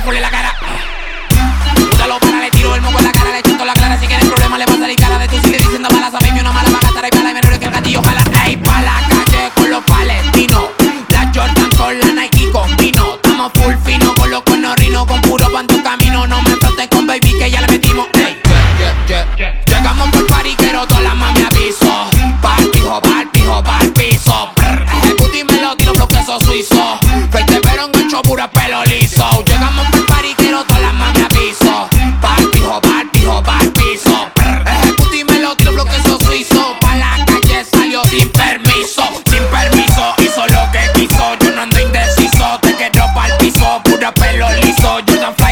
full en la cara. Úsalo para, le tiro el moco en la cara, le echo toda la clara. Si quieres problema, le pasa la cara de tú. Sigue diciendo malas, a baby, una mala va a gastar ahí para la menor que el gatillo jala. Ey, pa' la calle con los palestinos. La Jordan con la Nike combino. Estamos full fino con los cuernos rino. Con puro pan tu camino. No me frontes con baby que ya le metimos. Ey, llegamos por pariquero, todas las mami aviso. Pa'l piso. Ejecutímelo, tiro flow queso suizo. Feite pero engancho pura pelo liso. Llegamos por pariquero, todas las mami aviso. Pa'l piso. Ejecutímelo, tiro flow queso suizo. Pa' la calle salió sin permiso. Hizo lo que quiso. Yo no ando indeciso. Te quiero pa'l piso, pura pelo liso. Yo tan